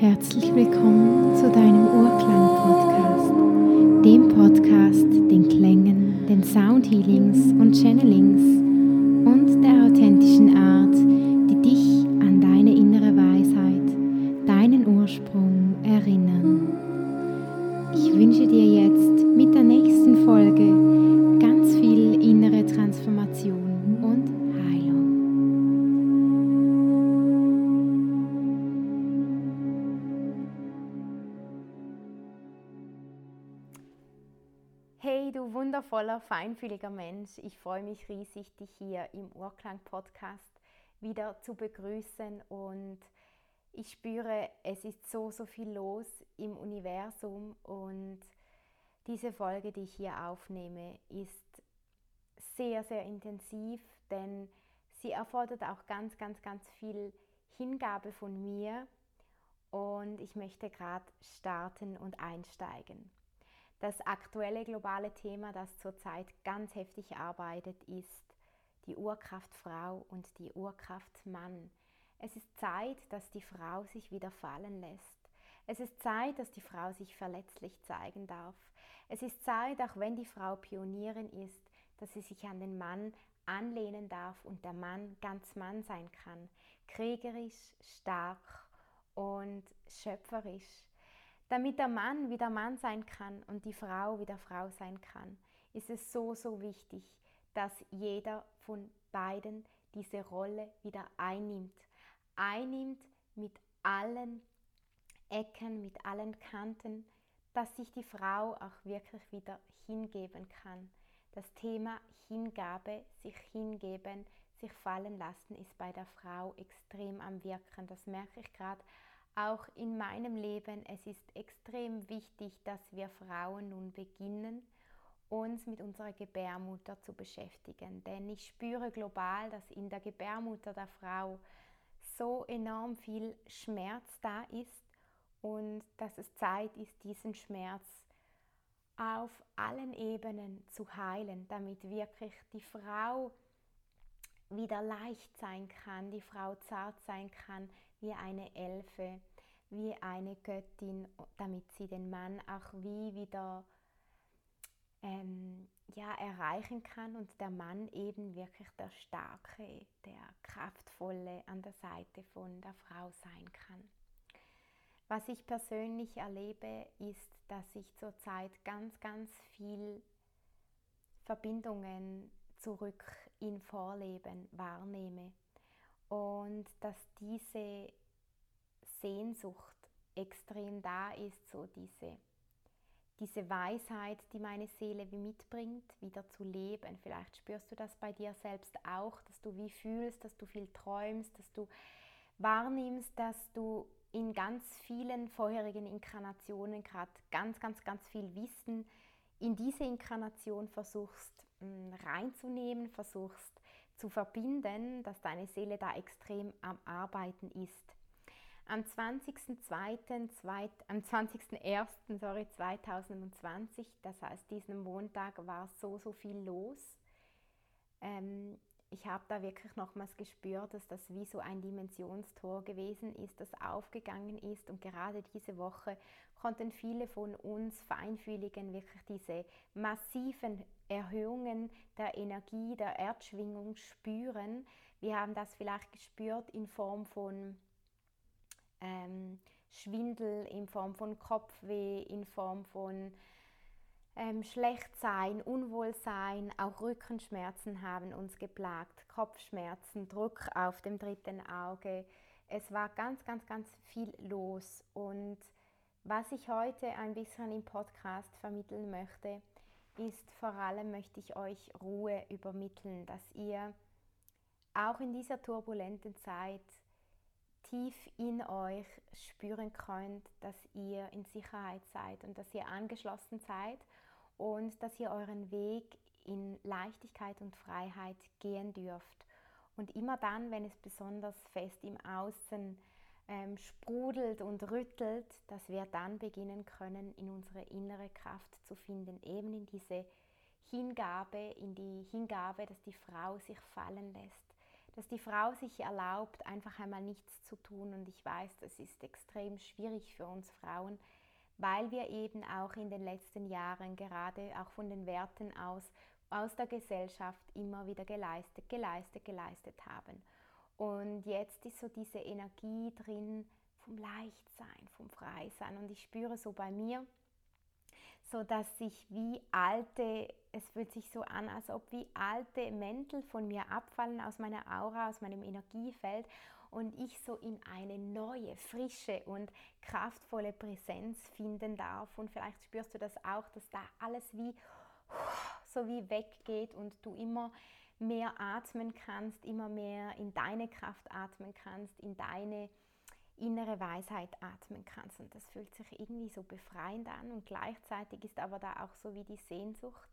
Herzlich willkommen zu deinem Urklang-Podcast, dem Podcast, den Klängen, den Soundhealings und Channelings und der authentischen Art, die dich an deine innere Weisheit, deinen Ursprung erinnern. Ich wünsche dir jetzt mit der nächsten Folge ganz viel innere Transformation und Heilung. Hey, du wundervoller, feinfühliger Mensch, ich freue mich riesig, dich hier im Urklang-Podcast wieder zu begrüßen und ich spüre, es ist so viel los im Universum und diese Folge, die ich hier aufnehme, ist sehr intensiv, denn sie erfordert auch ganz viel Hingabe von mir und ich möchte gerade starten und einsteigen. Das aktuelle globale Thema, das zurzeit ganz heftig arbeitet, ist die Urkraft Frau und die Urkraft Mann. Es ist Zeit, dass die Frau sich wieder fallen lässt. Es ist Zeit, dass die Frau sich verletzlich zeigen darf. Es ist Zeit, auch wenn die Frau Pionierin ist, dass sie sich an den Mann anlehnen darf und der Mann ganz Mann sein kann. Kriegerisch, stark und schöpferisch. Damit der Mann wieder Mann sein kann und die Frau wieder Frau sein kann, ist es so wichtig, dass jeder von beiden diese Rolle wieder einnimmt. Einnimmt mit allen Ecken, mit allen Kanten, dass sich die Frau auch wirklich wieder hingeben kann. Das Thema Hingabe, sich hingeben, sich fallen lassen, ist bei der Frau extrem am Wirken. Das merke ich gerade auch in meinem Leben. Es ist extrem wichtig, dass wir Frauen nun beginnen, uns mit unserer Gebärmutter zu beschäftigen. Denn ich spüre global, dass in der Gebärmutter der Frau so enorm viel Schmerz da ist und dass es Zeit ist, diesen Schmerz auf allen Ebenen zu heilen, damit wirklich die Frau wieder leicht sein kann, die Frau zart sein kann wie eine Elfe, wie eine Göttin, damit sie den Mann auch wie wieder erreichen kann und der Mann eben wirklich der Starke, der Kraftvolle an der Seite von der Frau sein kann. Was ich persönlich erlebe, ist, dass ich zurzeit ganz viel Verbindungen zurück in Vorleben wahrnehme und dass diese Sehnsucht extrem da ist, so diese Weisheit, die meine Seele wie mitbringt, wieder zu leben. Vielleicht spürst du das bei dir selbst auch, dass du wie fühlst, dass du viel träumst, dass du wahrnimmst, dass du in ganz vielen vorherigen Inkarnationen gerade ganz viel Wissen in diese Inkarnation versuchst reinzunehmen, versuchst zu verbinden, dass deine Seele da extrem am Arbeiten ist. Am 20.01.2020, das heißt diesen Montag, war so viel los. Ich habe da wirklich nochmals gespürt, dass das wie so ein Dimensionstor gewesen ist, das aufgegangen ist, und gerade diese Woche konnten viele von uns Feinfühligen wirklich diese massiven Erhöhungen der Energie, der Erdschwingung spüren. Wir haben das vielleicht gespürt in Form von Schwindel, in Form von Kopfweh, in Form von Schlechtsein, Unwohlsein, auch Rückenschmerzen haben uns geplagt, Kopfschmerzen, Druck auf dem dritten Auge. Es war ganz viel los, und was ich heute ein bisschen im Podcast vermitteln möchte, ist vor allem, möchte ich euch Ruhe übermitteln, dass ihr auch in dieser turbulenten Zeit tief in euch spüren könnt, dass ihr in Sicherheit seid und dass ihr angeschlossen seid und dass ihr euren Weg in Leichtigkeit und Freiheit gehen dürft. Und immer dann, wenn es besonders fest im Außen sprudelt und rüttelt, dass wir dann beginnen können, in unsere innere Kraft zu finden, eben in diese Hingabe, dass die Frau sich fallen lässt, dass die Frau sich erlaubt, einfach einmal nichts zu tun. Und ich weiß, das ist extrem schwierig für uns Frauen, weil wir eben auch in den letzten Jahren gerade auch von den Werten aus der Gesellschaft immer wieder geleistet haben. Und jetzt ist so diese Energie drin vom Leichtsein, vom Freisein. Und ich spüre so bei mir, so dass sich es fühlt sich so an, als ob wie alte Mäntel von mir abfallen aus meiner Aura, aus meinem Energiefeld und ich so in eine neue, frische und kraftvolle Präsenz finden darf. Und vielleicht spürst du das auch, dass da alles wie so wie weggeht und du immer mehr atmen kannst, immer mehr in deine Kraft atmen kannst, in deine innere Weisheit atmen kannst. Und das fühlt sich irgendwie so befreiend an und gleichzeitig ist aber da auch so wie die Sehnsucht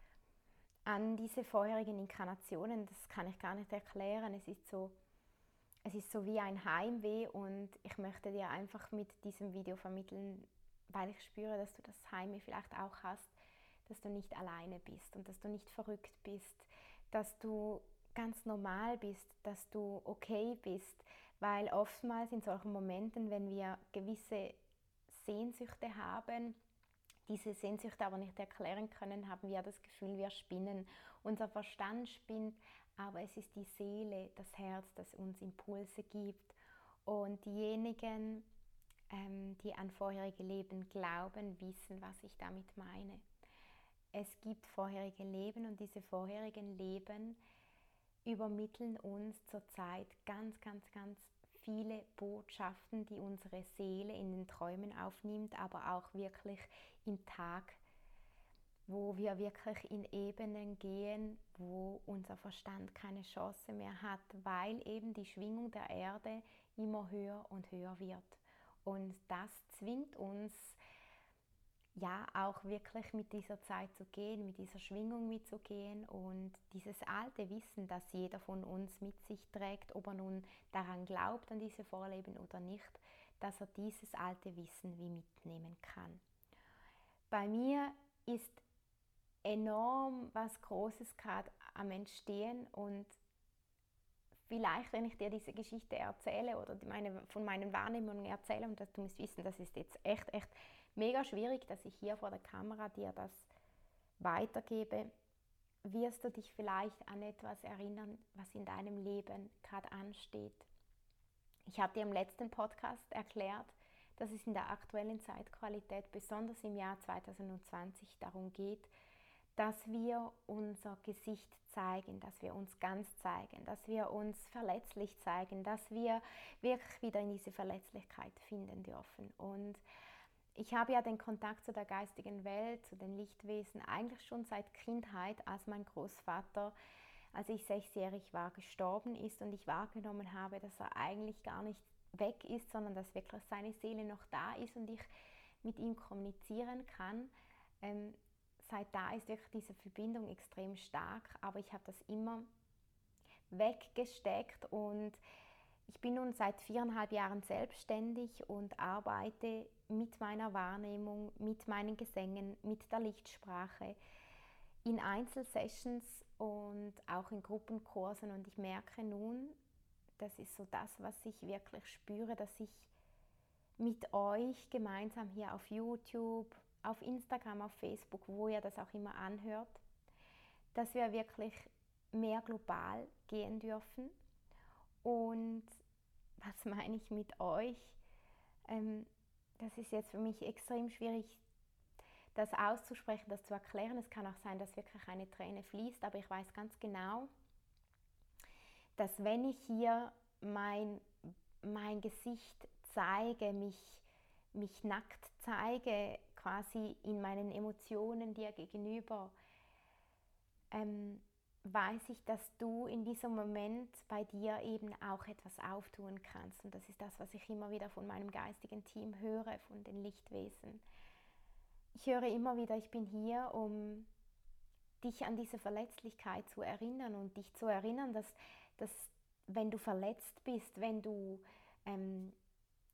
an diese vorherigen Inkarnationen. Das kann ich gar nicht erklären. Es ist so wie ein Heimweh und ich möchte dir einfach mit diesem Video vermitteln, weil ich spüre, dass du das Heimweh vielleicht auch hast, dass du nicht alleine bist und dass du nicht verrückt bist, dass du ganz normal bist, dass du okay bist, weil oftmals in solchen Momenten, wenn wir gewisse Sehnsüchte haben, diese Sehnsüchte aber nicht erklären können, haben wir das Gefühl, wir spinnen. Unser Verstand spinnt, aber es ist die Seele, das Herz, das uns Impulse gibt. Und diejenigen, die an vorherige Leben glauben, wissen, was ich damit meine. Es gibt vorherige Leben und diese vorherigen Leben übermitteln uns zurzeit ganz viele Botschaften, die unsere Seele in den Träumen aufnimmt, aber auch wirklich im Tag, wo wir wirklich in Ebenen gehen, wo unser Verstand keine Chance mehr hat, weil eben die Schwingung der Erde immer höher und höher wird. Und das zwingt uns, ja, auch wirklich mit dieser Zeit zu gehen, mit dieser Schwingung mitzugehen und dieses alte Wissen, das jeder von uns mit sich trägt, ob er nun daran glaubt, an diese Vorleben oder nicht, dass er dieses alte Wissen wie mitnehmen kann. Bei mir ist enorm was Großes gerade am Entstehen und vielleicht, wenn ich dir diese Geschichte erzähle oder von meinen Wahrnehmungen erzähle, und du musst wissen, das ist jetzt echt mega schwierig, dass ich hier vor der Kamera dir das weitergebe, wirst du dich vielleicht an etwas erinnern, was in deinem Leben gerade ansteht. Ich habe dir im letzten Podcast erklärt, dass es in der aktuellen Zeitqualität, besonders im Jahr 2020, darum geht, dass wir unser Gesicht zeigen, dass wir uns ganz zeigen, dass wir uns verletzlich zeigen, dass wir wirklich wieder in diese Verletzlichkeit finden dürfen. Und ich habe ja den Kontakt zu der geistigen Welt, zu den Lichtwesen eigentlich schon seit Kindheit, als mein Großvater, als ich 6-jährig war, gestorben ist und ich wahrgenommen habe, dass er eigentlich gar nicht weg ist, sondern dass wirklich seine Seele noch da ist und ich mit ihm kommunizieren kann. Seit da ist wirklich diese Verbindung extrem stark, aber ich habe das immer weggesteckt und ich bin nun seit 4,5 Jahren selbstständig und arbeite mit meiner Wahrnehmung, mit meinen Gesängen, mit der Lichtsprache in Einzelsessions und auch in Gruppenkursen und ich merke nun, das ist so das, was ich wirklich spüre, dass ich mit euch gemeinsam hier auf YouTube, auf Instagram, auf Facebook, wo ihr das auch immer anhört, dass wir wirklich mehr global gehen dürfen. Und was meine ich mit euch? Das ist jetzt für mich extrem schwierig, das auszusprechen, das zu erklären. Es kann auch sein, dass wirklich eine Träne fließt, aber ich weiß ganz genau, dass wenn ich hier mein Gesicht zeige, mich nackt zeige, quasi in meinen Emotionen dir gegenüber, weiß ich, dass du in diesem Moment bei dir eben auch etwas auftun kannst. Und das ist das, was ich immer wieder von meinem geistigen Team höre, von den Lichtwesen. Ich höre immer wieder, ich bin hier, um dich an diese Verletzlichkeit zu erinnern und dich zu erinnern, dass wenn du verletzt bist, wenn du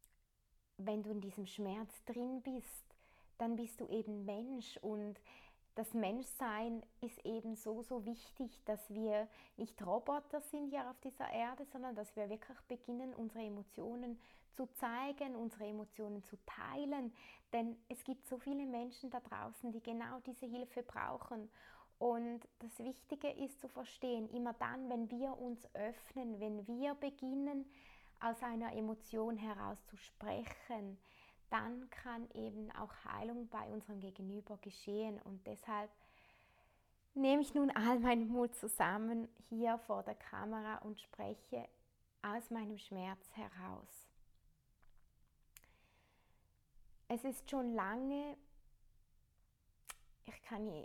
in diesem Schmerz drin bist, dann bist du eben Mensch und das Menschsein ist eben so wichtig, dass wir nicht Roboter sind hier auf dieser Erde, sondern dass wir wirklich beginnen, unsere Emotionen zu zeigen, unsere Emotionen zu teilen. Denn es gibt so viele Menschen da draußen, die genau diese Hilfe brauchen. Und das Wichtige ist zu verstehen, immer dann, wenn wir uns öffnen, wenn wir beginnen, aus einer Emotion heraus zu sprechen, dann kann eben auch Heilung bei unserem Gegenüber geschehen. Und deshalb nehme ich nun all meinen Mut zusammen hier vor der Kamera und spreche aus meinem Schmerz heraus. Es ist schon lange, ich kann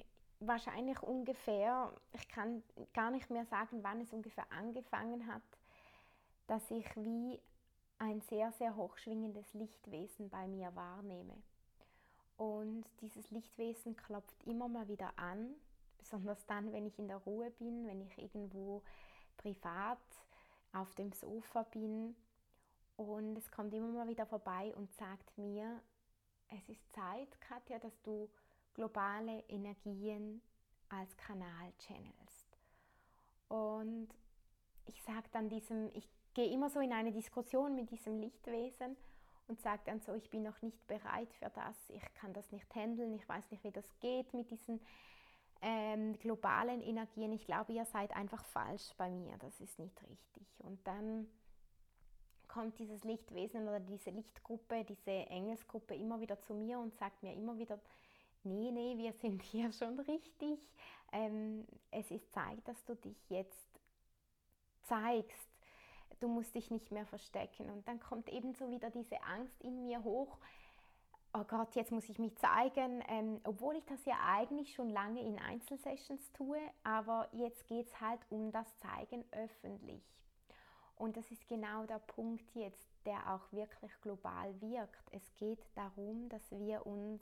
gar nicht mehr sagen, wann es ungefähr angefangen hat, dass ich wie ein sehr hochschwingendes Lichtwesen bei mir wahrnehme. Und dieses Lichtwesen klopft immer mal wieder an, besonders dann, wenn ich in der Ruhe bin, wenn ich irgendwo privat auf dem Sofa bin. Und es kommt immer mal wieder vorbei und sagt mir, es ist Zeit, Katja, dass du globale Energien als Kanal channelst. Und ich gehe immer so in eine Diskussion mit diesem Lichtwesen und sage dann so, ich bin noch nicht bereit für das, ich kann das nicht handeln, ich weiß nicht, wie das geht mit diesen globalen Energien. Ich glaube, ihr seid einfach falsch bei mir, das ist nicht richtig. Und dann kommt dieses Lichtwesen oder diese Lichtgruppe, diese Engelsgruppe immer wieder zu mir und sagt mir immer wieder, nee, wir sind hier schon richtig. Es ist Zeit, dass du dich jetzt zeigst. Du musst dich nicht mehr verstecken. Und dann kommt ebenso wieder diese Angst in mir hoch. Oh Gott, jetzt muss ich mich zeigen, obwohl ich das ja eigentlich schon lange in Einzelsessions tue, aber jetzt geht es halt um das Zeigen öffentlich. Und das ist genau der Punkt jetzt, der auch wirklich global wirkt. Es geht darum, dass wir uns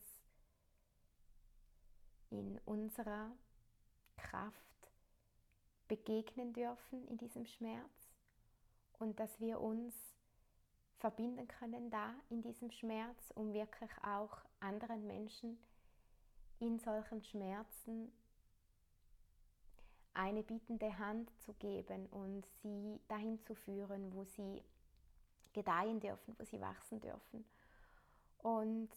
in unserer Kraft begegnen dürfen in diesem Schmerz und dass wir uns verbinden können da in diesem Schmerz, um wirklich auch anderen Menschen in solchen Schmerzen eine bietende Hand zu geben und sie dahin zu führen, wo sie gedeihen dürfen, wo sie wachsen dürfen. Und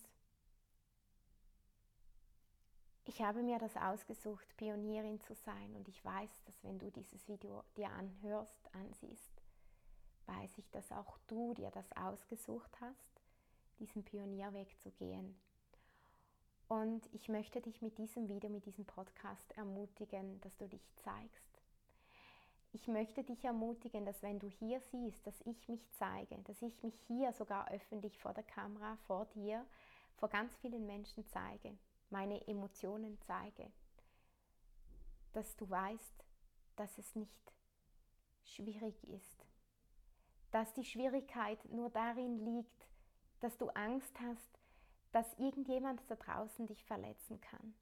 ich habe mir das ausgesucht, Pionierin zu sein, und ich weiß, dass wenn du dieses Video dir ansiehst, weiß ich, dass auch du dir das ausgesucht hast, diesen Pionierweg zu gehen. Und ich möchte dich mit diesem Video, mit diesem Podcast ermutigen, dass du dich zeigst. Ich möchte dich ermutigen, dass wenn du hier siehst, dass ich mich zeige, dass ich mich hier sogar öffentlich vor der Kamera, vor dir, vor ganz vielen Menschen zeige, meine Emotionen zeige, dass du weißt, dass es nicht schwierig ist, dass die Schwierigkeit nur darin liegt, dass du Angst hast, dass irgendjemand da draußen dich verletzen kann.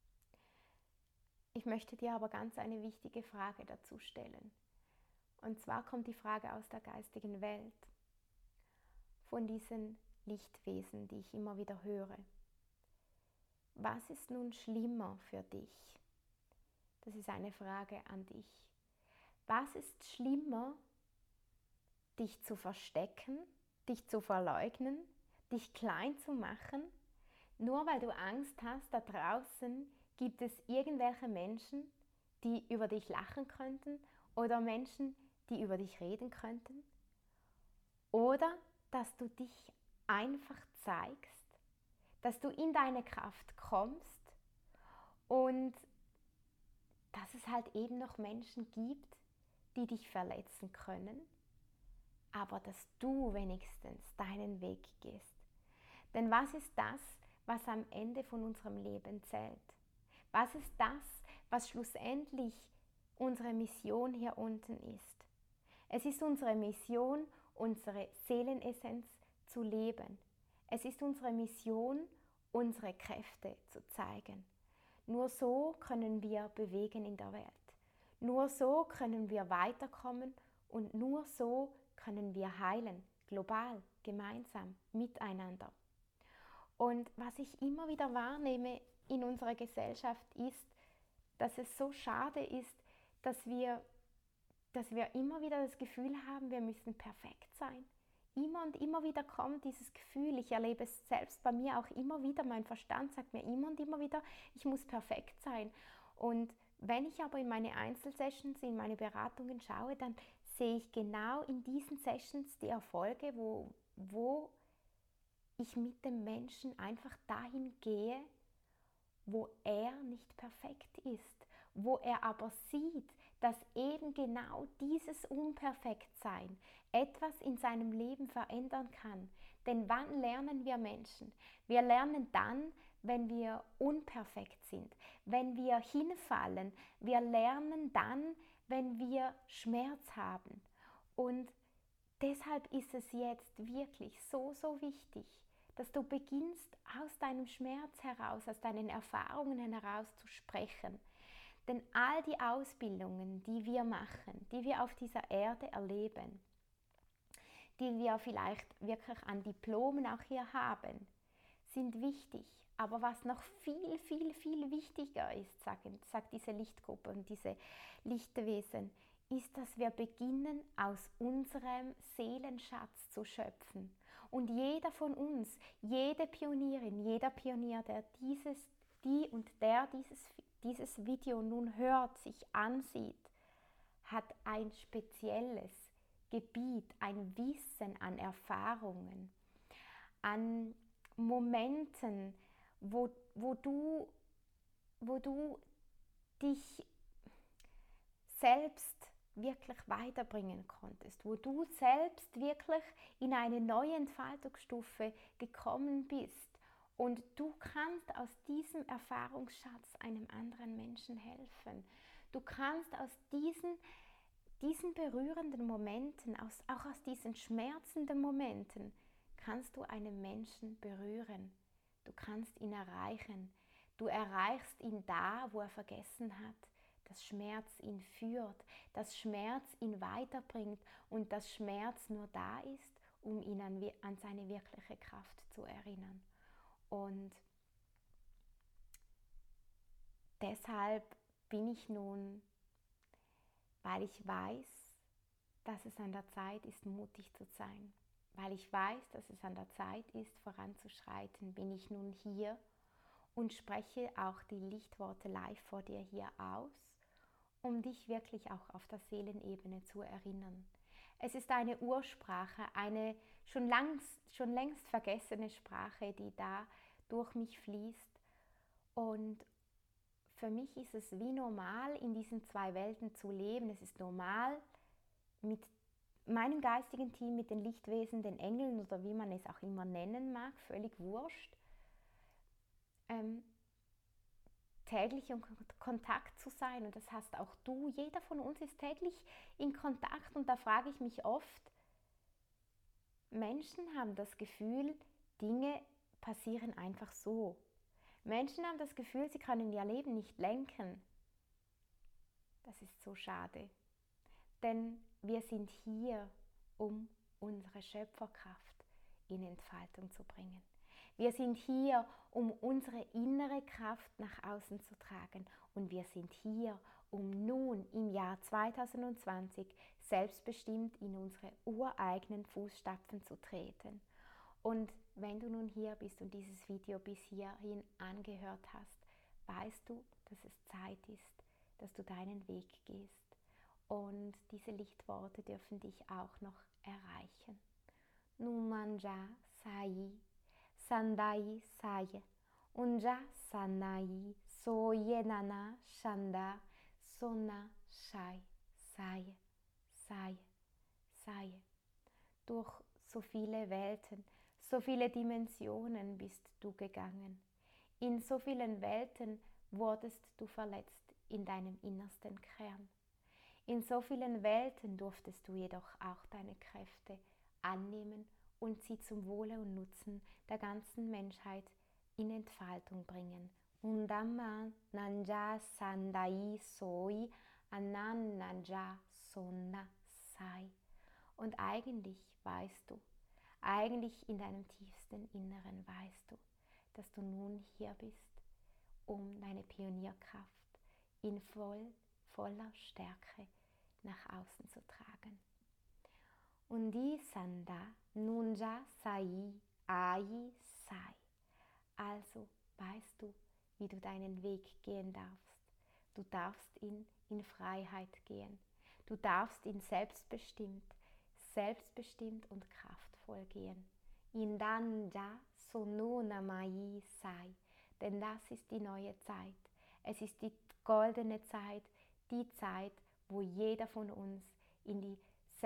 Ich möchte dir aber ganz eine wichtige Frage dazu stellen. Und zwar kommt die Frage aus der geistigen Welt, von diesen Lichtwesen, die ich immer wieder höre. Was ist nun schlimmer für dich? Das ist eine Frage an dich. Was ist schlimmer, dich zu verstecken, dich zu verleugnen, dich klein zu machen, nur weil du Angst hast, da draußen gibt es irgendwelche Menschen, die über dich lachen könnten oder Menschen, die über dich reden könnten? Oder dass du dich einfach zeigst, dass du in deine Kraft kommst und dass es halt eben noch Menschen gibt, die dich verletzen können, aber dass du wenigstens deinen Weg gehst. Denn was ist das, was am Ende von unserem Leben zählt? Was ist das, was schlussendlich unsere Mission hier unten ist? Es ist unsere Mission, unsere Seelenessenz zu leben. Es ist unsere Mission, unsere Kräfte zu zeigen. Nur so können wir bewegen in der Welt. Nur so können wir weiterkommen und nur so können wir heilen, global, gemeinsam, miteinander. Und was ich immer wieder wahrnehme, in unserer Gesellschaft ist, dass es so schade ist, dass wir immer wieder das Gefühl haben, wir müssen perfekt sein. Immer und immer wieder kommt dieses Gefühl, ich erlebe es selbst bei mir auch immer wieder, mein Verstand sagt mir immer und immer wieder, ich muss perfekt sein. Und wenn ich aber in meine Einzelsessions, in meine Beratungen schaue, dann sehe ich genau in diesen Sessions die Erfolge, wo ich mit dem Menschen einfach dahin gehe, wo er nicht perfekt ist, wo er aber sieht, dass eben genau dieses Unperfektsein etwas in seinem Leben verändern kann. Denn wann lernen wir Menschen? Wir lernen dann, wenn wir unperfekt sind, wenn wir hinfallen. Wir lernen dann, wenn wir Schmerz haben. Und deshalb ist es jetzt wirklich so, so wichtig, dass du beginnst, aus deinem Schmerz heraus, aus deinen Erfahrungen heraus zu sprechen. Denn all die Ausbildungen, die wir machen, die wir auf dieser Erde erleben, die wir vielleicht wirklich an Diplomen auch hier haben, sind wichtig. Aber was noch viel, viel, viel wichtiger ist, sagt diese Lichtgruppe und diese Lichtwesen, ist, dass wir beginnen, aus unserem Seelenschatz zu schöpfen. Und jeder von uns, jede Pionierin, jeder Pionier, der dieses Video nun hört, sich ansieht, hat ein spezielles Gebiet, ein Wissen an Erfahrungen, an Momenten, wo du dich selbst wirklich weiterbringen konntest, wo du selbst wirklich in eine neue Entfaltungsstufe gekommen bist und du kannst aus diesem Erfahrungsschatz einem anderen Menschen helfen. Du kannst aus diesen berührenden Momenten, auch aus diesen schmerzenden Momenten, kannst du einen Menschen berühren. Du kannst ihn erreichen. Du erreichst ihn da, wo er vergessen hat, dass Schmerz ihn führt, dass Schmerz ihn weiterbringt und dass Schmerz nur da ist, um ihn an seine wirkliche Kraft zu erinnern. Und deshalb bin ich nun, weil ich weiß, dass es an der Zeit ist, mutig zu sein, weil ich weiß, dass es an der Zeit ist, voranzuschreiten, bin ich nun hier und spreche auch die Lichtworte live vor dir hier aus, um dich wirklich auch auf der Seelenebene zu erinnern. Es ist eine Ursprache, eine schon längst vergessene Sprache, die da durch mich fließt. Und für mich ist es wie normal, in diesen zwei Welten zu leben. Es ist normal, mit meinem geistigen Team, mit den Lichtwesen, den Engeln oder wie man es auch immer nennen mag, völlig wurscht, täglich in Kontakt zu sein. Und das heißt auch du, jeder von uns ist täglich in Kontakt. Und da frage ich mich oft, Menschen haben das Gefühl, Dinge passieren einfach so. Menschen haben das Gefühl, sie können ihr Leben nicht lenken. Das ist so schade. Denn wir sind hier, um unsere Schöpferkraft in Entfaltung zu bringen. Wir sind hier, um unsere innere Kraft nach außen zu tragen. Und wir sind hier, um nun im Jahr 2020 selbstbestimmt in unsere ureigenen Fußstapfen zu treten. Und wenn du nun hier bist und dieses Video bis hierhin angehört hast, weißt du, dass es Zeit ist, dass du deinen Weg gehst. Und diese Lichtworte dürfen dich auch noch erreichen. Numanja Sai, Sandai Sai, Unja Sanai, Soyenana Shanda, Sona Shai, Sai, Sai, Sai. Durch so viele Welten, so viele Dimensionen bist du gegangen. In so vielen Welten wurdest du verletzt in deinem innersten Kern. In so vielen Welten durftest du jedoch auch deine Kräfte annehmen und sie zum Wohle und Nutzen der ganzen Menschheit in Entfaltung bringen. Undamma nanja sandai soi anan nanja sonna sai. Und eigentlich weißt du, eigentlich in deinem tiefsten Inneren weißt du, dass du nun hier bist, um deine Pionierkraft in voller Stärke nach außen zu tragen. Undi Sanda Nunja Sai Ai Sai. Also weißt du, wie du deinen Weg gehen darfst. Du darfst ihn in Freiheit gehen. Du darfst ihn selbstbestimmt und kraftvoll gehen. Indanja Sonuna Mai Sai. Denn das ist die neue Zeit. Es ist die goldene Zeit, die Zeit, wo jeder von uns in die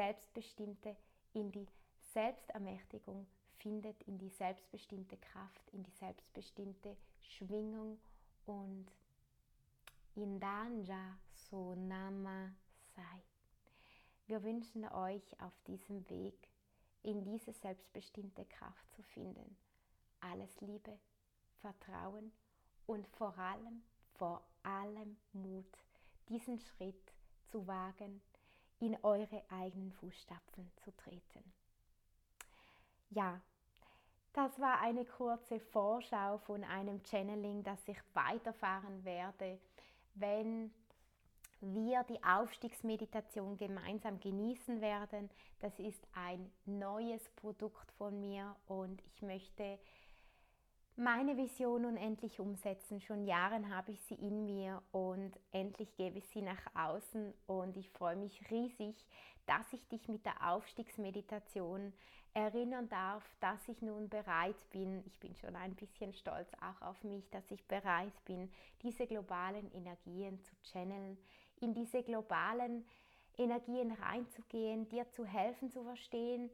Selbstermächtigung findet, in die selbstbestimmte Kraft, in die selbstbestimmte Schwingung und Indanja Sonama Sai. Wir wünschen euch auf diesem Weg in diese selbstbestimmte Kraft zu finden. Alles Liebe, Vertrauen und vor allem Mut, diesen Schritt zu wagen, in eure eigenen Fußstapfen zu treten. Ja, das war eine kurze Vorschau von einem Channeling, das ich weiterfahren werde, wenn wir die Aufstiegsmeditation gemeinsam genießen werden. Das ist ein neues Produkt von mir und ich möchte meine Vision unendlich umsetzen. Schon Jahren habe ich sie in mir und endlich gebe ich sie nach außen und ich freue mich riesig, dass ich dich mit der Aufstiegsmeditation erinnern darf, dass ich nun bereit bin. Ich bin schon ein bisschen stolz auch auf mich, dass ich bereit bin, diese globalen Energien zu channeln, in diese globalen Energien reinzugehen, dir zu helfen zu verstehen,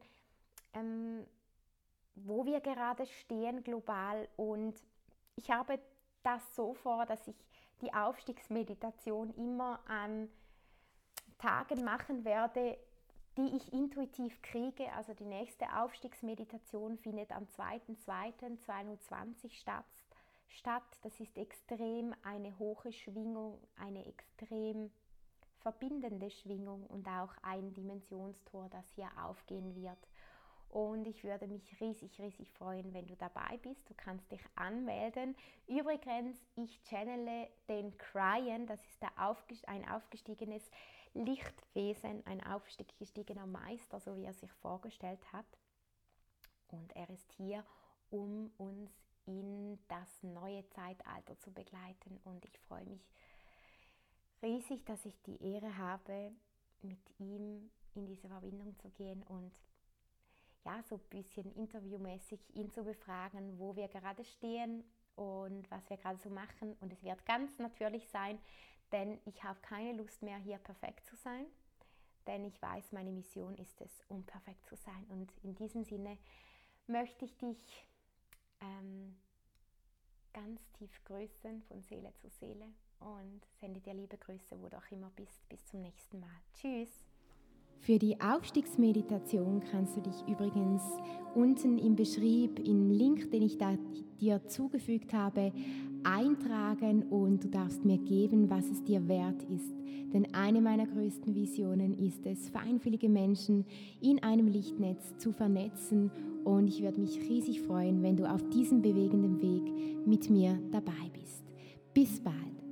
wo wir gerade stehen global. Und ich habe das so vor, dass ich die Aufstiegsmeditation immer an Tagen machen werde, die ich intuitiv kriege. Also die nächste Aufstiegsmeditation findet am 2.2.2020 statt. Das ist extrem eine hohe Schwingung, eine extrem verbindende Schwingung und auch ein Dimensionstor, das hier aufgehen wird. Und ich würde mich riesig freuen, wenn du dabei bist. Du kannst dich anmelden. Übrigens, ich channele den Cryan, das ist ein aufgestiegenes Lichtwesen, ein aufgestiegener Meister, so wie er sich vorgestellt hat. Und er ist hier, um uns in das neue Zeitalter zu begleiten. Und ich freue mich riesig, dass ich die Ehre habe, mit ihm in diese Verbindung zu gehen und ja, so ein bisschen interviewmäßig ihn zu befragen, wo wir gerade stehen und was wir gerade so machen. Und es wird ganz natürlich sein, denn ich habe keine Lust mehr, hier perfekt zu sein, denn ich weiß, meine Mission ist es, unperfekt zu sein. Und in diesem Sinne möchte ich dich ganz tief grüßen, von Seele zu Seele, und sende dir liebe Grüße, wo du auch immer bist. Bis zum nächsten Mal. Tschüss! Für die Aufstiegsmeditation kannst du dich übrigens unten im Beschrieb, im Link, den ich dir zugefügt habe, eintragen und du darfst mir geben, was es dir wert ist. Denn eine meiner größten Visionen ist es, feinfühlige Menschen in einem Lichtnetz zu vernetzen, und ich würde mich riesig freuen, wenn du auf diesem bewegenden Weg mit mir dabei bist. Bis bald!